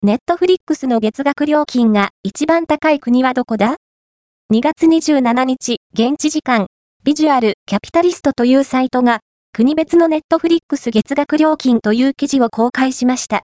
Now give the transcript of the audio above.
ネットフリックスの月額料金が一番高い国はどこだ？ 2 月27日、現地時間、ビジュアルキャピタリストというサイトが、国別のネットフリックス月額料金という記事を公開しました。